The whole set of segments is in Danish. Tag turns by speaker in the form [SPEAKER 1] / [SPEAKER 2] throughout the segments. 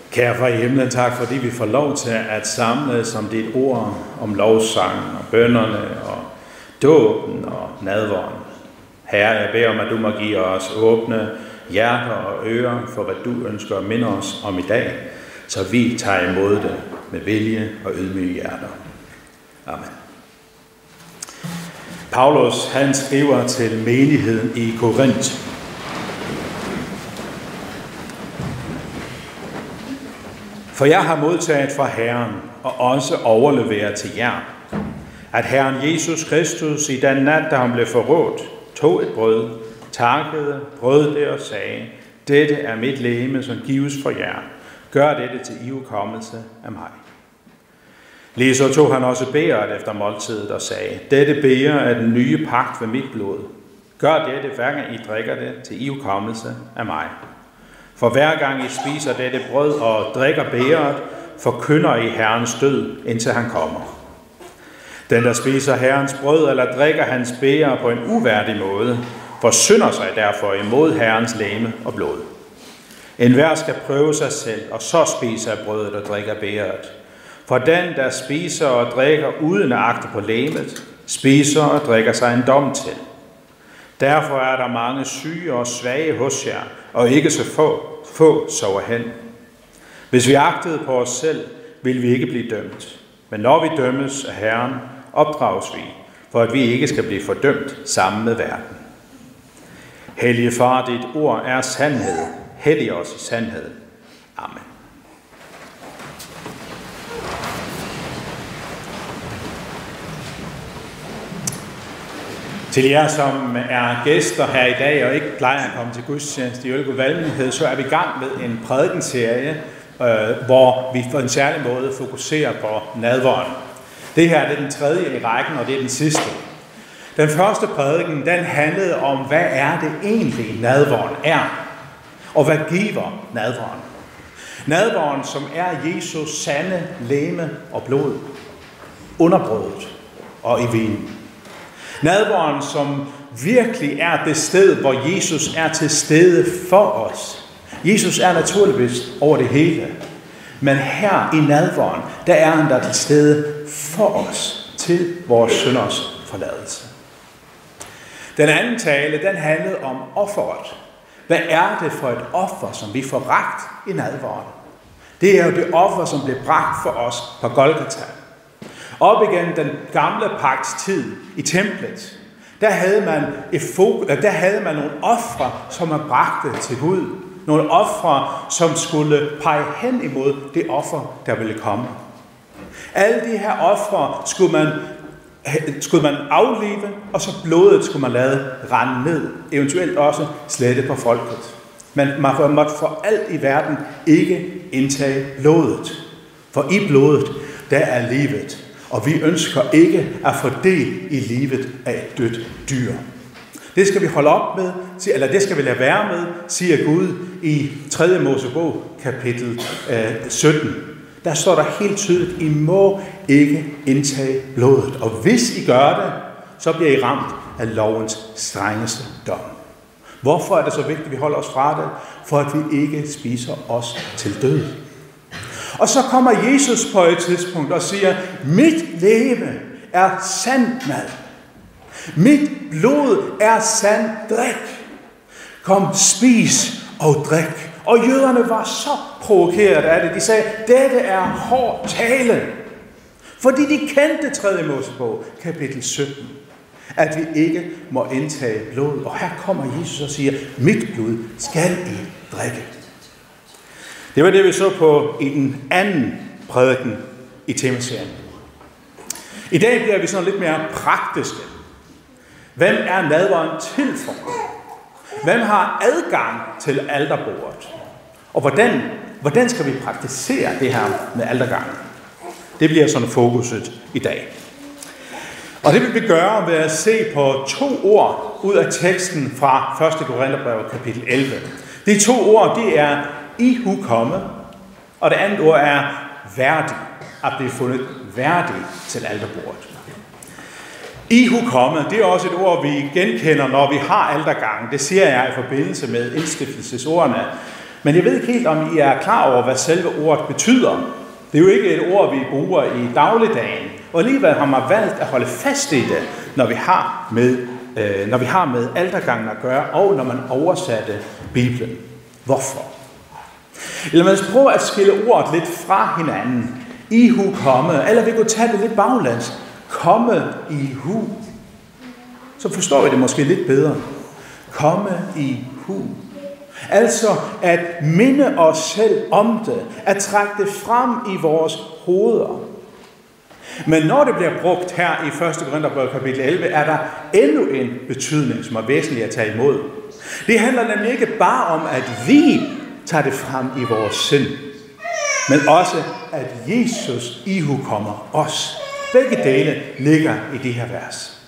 [SPEAKER 1] Kære far i himlen, tak fordi vi får lov til at samles om dit ord, om lovsangen og bønnerne og dåben og nadveren. Herre, jeg beder om, at du må give os åbne hjerter og ører for, hvad du ønsker at minde os om i dag, så vi tager imod det med vilje og ydmyge hjerter. Amen. Paulus, han skriver til menigheden i Korinth. For jeg har modtaget fra Herren og også overleveret til jer, at Herren Jesus Kristus i den nat, da han blev forrådt, tog et brød, takkede, brød det og sagde, dette er mit legeme, som gives for jer. Gør dette til ihukommelse af mig. Ligeså tog han også bægeret efter måltidet og sagde, dette bæger er den nye pagt ved mit blod. Gør dette, hver gang I drikker det, til ihukommelse af mig. For hver gang I spiser dette brød og drikker bægeret, forkynder I Herrens død, indtil han kommer. Den, der spiser Herrens brød eller drikker hans bæger på en uværdig måde, forsynder sig derfor imod Herrens legeme og blod. Enhver skal prøve sig selv, og så spiser af brødet og drikker bægeret. For den, der spiser og drikker uden at agte på legemet, spiser og drikker sig en dom til. Derfor er der mange syge og svage hos jer, og ikke så få sover hen. Hvis vi agtede på os selv, vil vi ikke blive dømt. Men når vi dømmes af Herren, opdrages vi, for at vi ikke skal blive fordømt sammen med verden. Hellige Far, dit ord er sandhed. Hellig os i sandheden. Amen. Til jer, som er gæster her i dag og ikke plejer at komme til gudstjeneste i Ølgod Valgmenighed, så er vi i gang med en prædikenserie, hvor vi på en særlig måde fokuserer på nadveren. Det her er den tredje i rækken, og det er den sidste. Den første prædiken, den handlede om, hvad er det egentlig nadveren er, og hvad giver nadveren. Nadveren, som er Jesus sande legeme og blod, underbrødet og i vinen. Nadveren, som virkelig er det sted, hvor Jesus er til stede for os. Jesus er naturligvis over det hele. Men her i nadveren, der er han der til stede for os, til vores synders forladelse. Den anden tale, den handlede om offeret. Hvad er det for et offer, som vi får rakt i nadveren? Det er jo det offer, som blev bragt for os på Golgata. Op igennem den gamle pagts tid i templet, der havde man nogle ofre, som man bragte til Gud. Nogle ofre, som skulle pege hen imod det offer, der ville komme. Alle de her ofre skulle man aflive, og så blodet skulle man lade rende ned, eventuelt også slette på folket. Men man måtte for alt i verden ikke indtage blodet. For i blodet, der er livet. Og vi ønsker ikke at få del i livet af et dødt dyr. Det skal vi holde op med, eller det skal vi lade være med, siger Gud i 3. Mosebog, kapitel 17. Der står der helt tydeligt, I må ikke indtage blodet. Og hvis I gør det, så bliver I ramt af lovens strengeste dom. Hvorfor er det så vigtigt, at vi holder os fra det? For at vi ikke spiser os til død. Og så kommer Jesus på et tidspunkt og siger, mit legeme er sand mad. Mit blod er sand drik. Kom, spis og drik. Og jøderne var så provokeret af det. De sagde, dette er hård tale. Fordi de kendte 3. Mosebog, kapitel 17. At vi ikke må indtage blod. Og her kommer Jesus og siger, mit blod skal I drikke. Det var det, vi så på i den anden prædiken i temaserien. I dag bliver vi sådan lidt mere praktiske. Hvem er nadveren til for? Hvem har adgang til alterbordet? Og hvordan skal vi praktisere det her med altergangen? Det bliver sådan fokuset i dag. Og det vil vi gøre ved at se på 2 ord ud af teksten fra 1. Korintherbrev kapitel 11. De 2 ord, det er ihukomme, og det andet ord er værdig, at blive fundet værdig til alterbordet. Ihukomme, det er også et ord, vi genkender, når vi har altergangen. Det siger jeg i forbindelse med indstiftelsesordene. Men jeg ved ikke helt, om I er klar over, hvad selve ordet betyder. Det er jo ikke et ord, vi bruger i dagligdagen. Og alligevel har man valgt at holde fast i det, når vi har med altergangen at gøre, og når man oversatte Bibelen. Hvorfor? Eller man skal prøve at skille ordet lidt fra hinanden. Ihu komme, eller vi kunne tage det lidt baglæns. Komme i hu. Så forstår vi det måske lidt bedre. Komme i hu. Altså at minde os selv om det. At trække det frem i vores hoveder. Men når det bliver brugt her i 1. Korintherbrev kapitel 11, er der endnu en betydning, som er væsentlig at tage imod. Det handler nemlig ikke bare om, at vi tager det frem i vores sind, men også, at Jesus ihukommer os. Begge dele ligger i det her vers.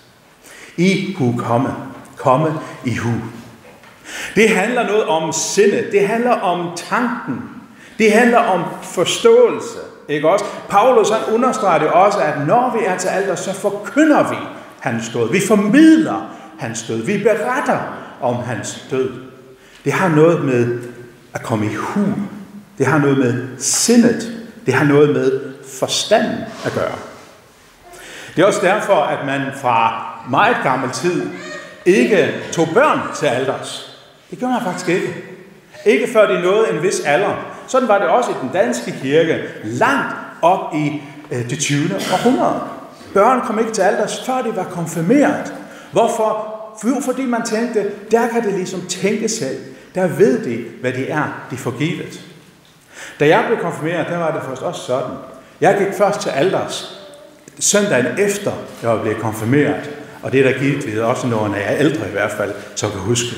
[SPEAKER 1] Komme i hu. Det handler noget om sindet. Det handler om tanken. Det handler om forståelse. Ikke også? Paulus han understreger det også, at når vi er til alter, så forkynder vi hans død. Vi formidler hans død. Vi beretter om hans død. Det har noget med at komme i hu. Det har noget med sindet. Det har noget med forstanden at gøre. Det er også derfor, at man fra meget gammel tid ikke tog børn til alders. Det gjorde man faktisk ikke. Ikke før de nåede en vis alder. Sådan var det også i den danske kirke, langt op i det 20. århundrede. Børn kom ikke til alders, før de var konfirmeret. Hvorfor? Fordi man tænkte, der kan det ligesom tænke selv. Der ved de, hvad de er, de får givet. Da jeg blev konfirmeret, der var det først også sådan. Jeg gik først til alders søndagen efter, jeg var blevet konfirmeret. Og det er der givet også når jeg er ældre i hvert fald, så kan huske.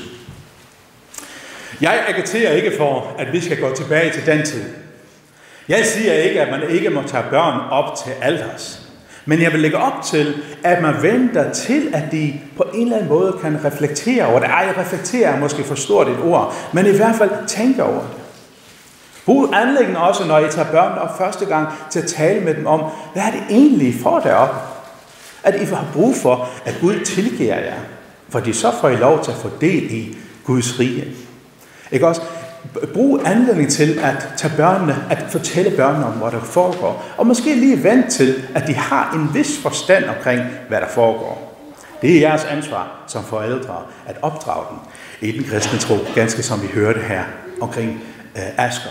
[SPEAKER 1] Jeg agiterer ikke for, at vi skal gå tilbage til den tid. Jeg siger ikke, at man ikke må tage børn op til alders. Men jeg vil lægge op til, at man venter til, at de på en eller anden måde kan reflektere over det. Reflektere er måske for stort et ord, men i hvert fald tænke over det. Brug anlæggende også, når I tager børn op første gang, til at tale med dem om, hvad er det egentlig, I får deroppe? At I har brug for, at Gud tilgiver jer, fordi så får I lov til at få del i Guds rige. Ikke også? Brug anledning til at tage børnene, at fortælle børnene om, hvad der foregår. Og måske lige vente til, at de har en vis forstand omkring, hvad der foregår. Det er jeres ansvar som forældre at opdrage dem i den kristne tro, ganske som vi hørte her omkring Asger.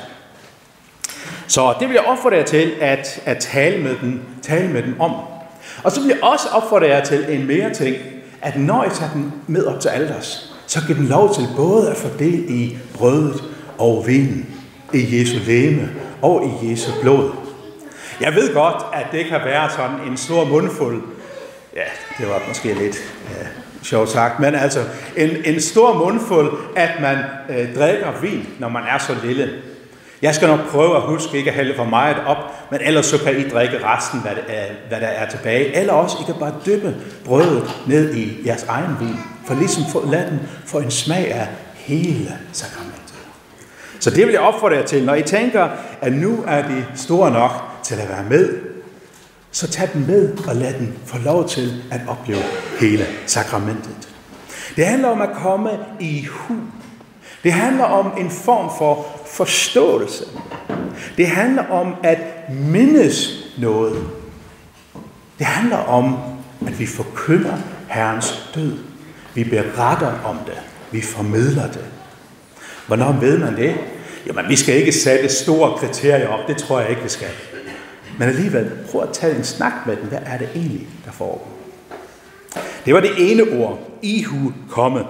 [SPEAKER 1] Så det vil jeg opfordre jer til at tale med dem om. Og så vil jeg også opfordre jer til en mere ting, at når I tager dem med op til alders, så giv dem lov til både at få del i brødet og vinen, i Jesu legeme og i Jesu blod. Jeg ved godt, at det kan være sådan en stor mundfuld, ja, det var måske lidt sjovt sagt, men altså en stor mundfuld, at man drikker vin, når man er så lille. Jeg skal nok prøve at huske ikke at hælde for meget op, men ellers så kan I drikke resten, hvad der er tilbage. Eller også I kan bare dyppe brødet ned i jeres egen vin, for ligesom lad den få en smag af hele sakramentet. Så det vil jeg opfordre jer til, når I tænker, at nu er de store nok til at være med, så tag dem med og lad dem få lov til at opleve hele sakramentet. Det handler om at komme i hu. Det handler om en form for forståelse. Det handler om at mindes noget. Det handler om, at vi forkynder Herrens død. Vi beretter om det. Vi formidler det. Hvornår ved man det? Jamen, vi skal ikke sætte store kriterier op. Det tror jeg ikke, vi skal. Men alligevel, prøv at tage en snak med dem. Hvad er det egentlig, der foregår? Det var det ene ord. Ihu komme.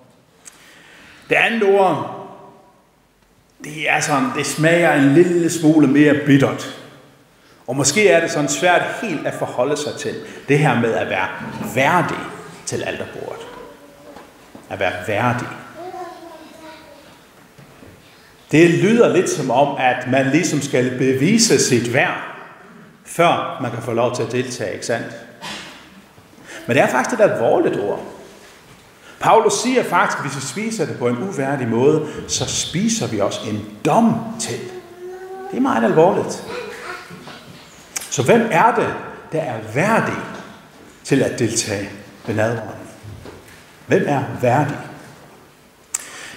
[SPEAKER 1] Det andet ord, det er sådan, det smager en lille smule mere bittert. Og måske er det sådan svært helt at forholde sig til det her med at være værdig til alterbordet. At være værdig. Det lyder lidt som om, at man ligesom skal bevise sit værd, før man kan få lov til at deltage, ikke sandt? Men det er faktisk et alvorligt ord. Paulus siger faktisk, at hvis vi spiser det på en uværdig måde, så spiser vi også en dom til. Det er meget alvorligt. Så hvem er det, der er værdig til at deltage ved nadveren? Hvem er værdig?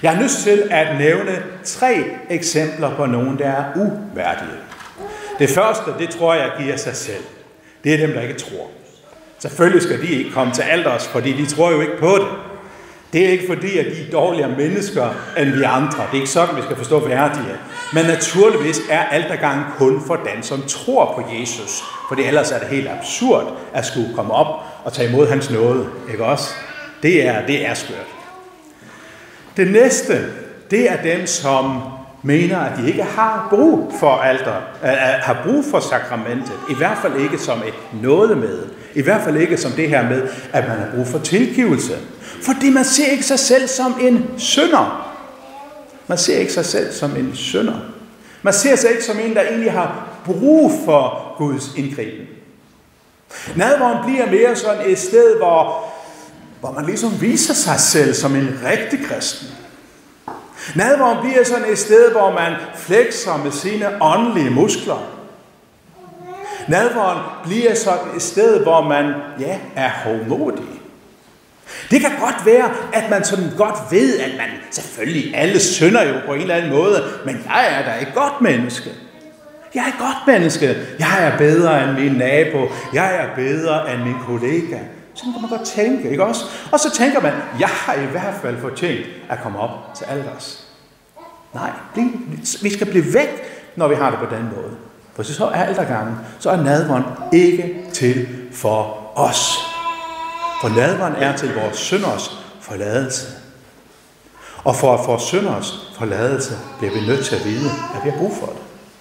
[SPEAKER 1] Jeg har lyst til at nævne 3 eksempler på nogen, der er uværdige. Det første, det tror jeg giver sig selv. Det er dem, der ikke tror. Selvfølgelig skal de ikke komme til alters, fordi de tror jo ikke på det. Det er ikke fordi, at de er dårligere mennesker end vi andre. Det er ikke sådan, vi skal forstå værdige. Men naturligvis er altergang kun for den, som tror på Jesus. For ellers er det helt absurd at skulle komme op og tage imod hans nåde. Ikke også? Det er skørt. Det næste, det er dem, som mener, at de ikke har brug for har brug for sakramentet. I hvert fald ikke som et nådemiddel. I hvert fald ikke som det her med, at man har brug for tilgivelse. Fordi man ser ikke sig selv som en synder. Man ser ikke sig selv som en synder. Man ser sig ikke som en, der egentlig har brug for Guds indgriben. Nadveren bliver mere sådan et sted, hvor man ligesom viser sig selv som en rigtig kristen. Nadveren bliver sådan et sted, hvor man flekser med sine åndelige muskler. Nadveren bliver sådan et sted, hvor man er hovmodig. Det kan godt være, at man sådan godt ved, at man selvfølgelig alle synder jo på en eller anden måde, men jeg er da et godt menneske. Jeg er et godt menneske. Jeg er bedre end min nabo. Jeg er bedre end min kollega. Sådan kan man godt tænke, ikke også? Og så tænker man, jeg har i hvert fald fortjent at komme op til alders. Nej, vi skal blive væk, når vi har det på den måde. For så er altergangen, så er nadveren ikke til for os. For nadveren er til vores synders forladelse. Og for at få synders forladelse, bliver vi nødt til at vide, at vi har brug for det.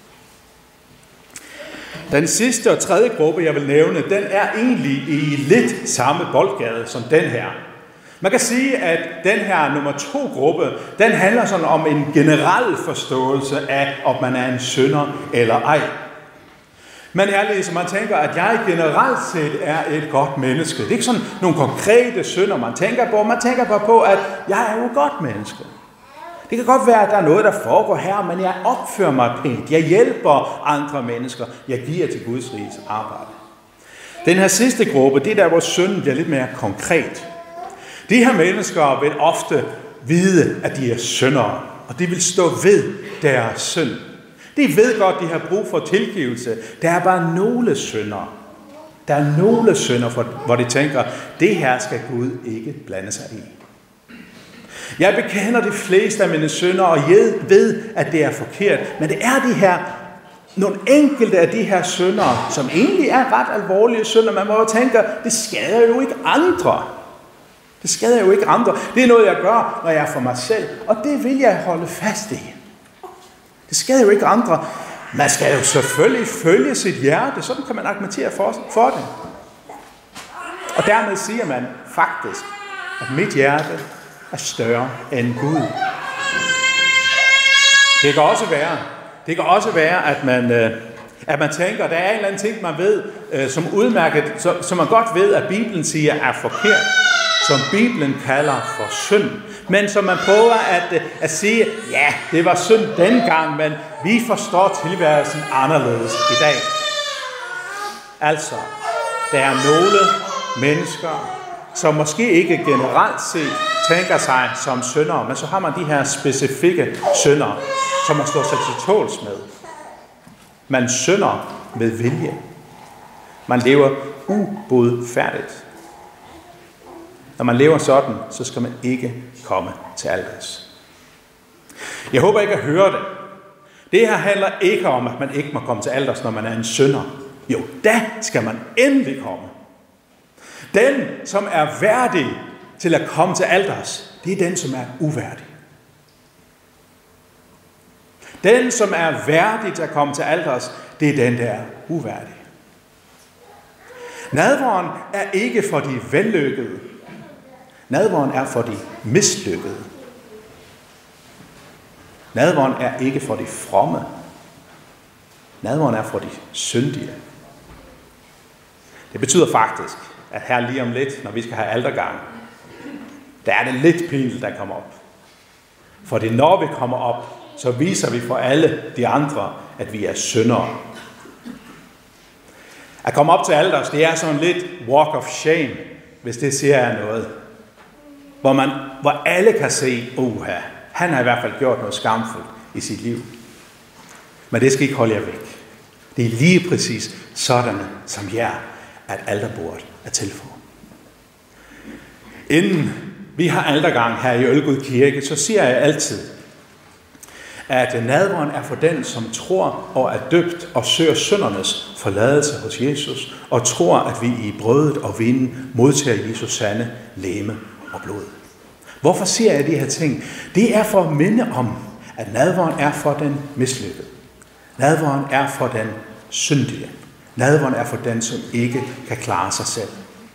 [SPEAKER 1] Den sidste og tredje gruppe, jeg vil nævne, den er egentlig i lidt samme boldgade som den her. Man kan sige, at den her nummer 2 gruppe, den handler sådan om en generel forståelse af, om man er en synder eller ej. Man er ligesom, man tænker, at jeg generelt set er et godt menneske. Det er ikke sådan nogle konkrete synder, man tænker på. Man tænker bare på, at jeg er jo et godt menneske. Det kan godt være, at der er noget, der foregår her, men jeg opfører mig pænt. Jeg hjælper andre mennesker. Jeg giver til Guds riges arbejde. Den her sidste gruppe, det er der, hvor synden bliver lidt mere konkret. De her mennesker vil ofte vide, at de er syndere, og de vil stå ved deres synd. De ved godt, at de har brug for tilgivelse. Der er bare nogle synder. Der er nogle synder, hvor de tænker, det her skal Gud ikke blande sig i. Jeg bekender de fleste af mine synder, og jeg ved, at det er forkert. Men det er de her, nogle enkelte af de her synder, som egentlig er ret alvorlige synder. Man må jo tænke, det skader jo ikke andre. Det skader jo ikke andre. Det er noget, jeg gør, når jeg er for mig selv. Og det vil jeg holde fast i. Det skader jo ikke andre. Man skal jo selvfølgelig følge sit hjerte. Sådan kan man argumentere for det. Og dermed siger man faktisk, at mit hjerte er større end Gud. Det kan også være, at man tænker, at der er en eller anden ting, man ved, som udmærket, som man godt ved, at Bibelen siger er forkert, som Bibelen kalder for synd. Men som man prøver at sige, ja, det var synd dengang, men vi forstår tilværelsen anderledes i dag. Altså, der er nogle mennesker, som måske ikke generelt set tænker sig som syndere, men så har man de her specifikke synder, som man slår sig til tåls med. Man synder med vilje. Man lever ubodfærdigt. Når man lever sådan, så skal man ikke komme til alders. Jeg håber ikke at høre det. Det her handler ikke om, at man ikke må komme til alders, når man er en synder. Jo, da skal man endelig komme. Den, som er værdig til at komme til alders, det er den, som er uværdig. Den, som er værdig til at komme til alders, det er den, der er uværdig. Nadveren er ikke for de vellykkede. Nadveren er for de mislykkede. Nadveren er ikke for de fromme. Nadveren er for de syndige. Det betyder faktisk, at her lige om lidt, når vi skal have altergang, der er det lidt pinligt, der kommer op. For når vi kommer op, så viser vi for alle de andre, at vi er syndere. At komme op til alders, det er sådan lidt walk of shame, hvis det siger jeg noget. Hvor alle kan se, Han har i hvert fald gjort noget skamfuldt i sit liv. Men det skal ikke holde jer væk. Det er lige præcis sådan som jer, at alterbordet er til for. Inden vi har altergang her i Ølgod Kirke, så siger jeg altid, at nadveren er for den, som tror og er døbt og søger syndernes forladelse hos Jesus, og tror, at vi i brødet og vinen modtager Jesus sande legeme og blod. Hvorfor siger jeg de her ting? Det er for at minde om, at nadveren er for den mislykkede. Nadveren er for den syndige. Nadveren er for den, som ikke kan klare sig selv.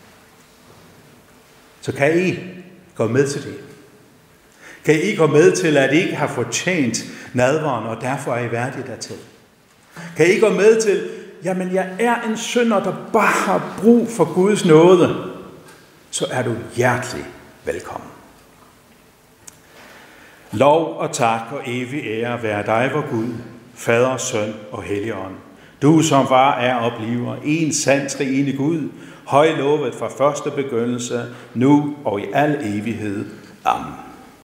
[SPEAKER 1] Så kan I gå med til det? Kan I gå med til, at I ikke har fortjent nadveren, og derfor er I værdige dertil? Kan I gå med til, jamen jeg er en synder, der bare har brug for Guds nåde, så er du hjertelig velkommen. Lov og tak og evig ære være dig, vor Gud, Fader, Søn og Helligånd. Du som var, er og bliver en sand treenig Gud, højlovet fra første begyndelse, nu og i al evighed. Amen.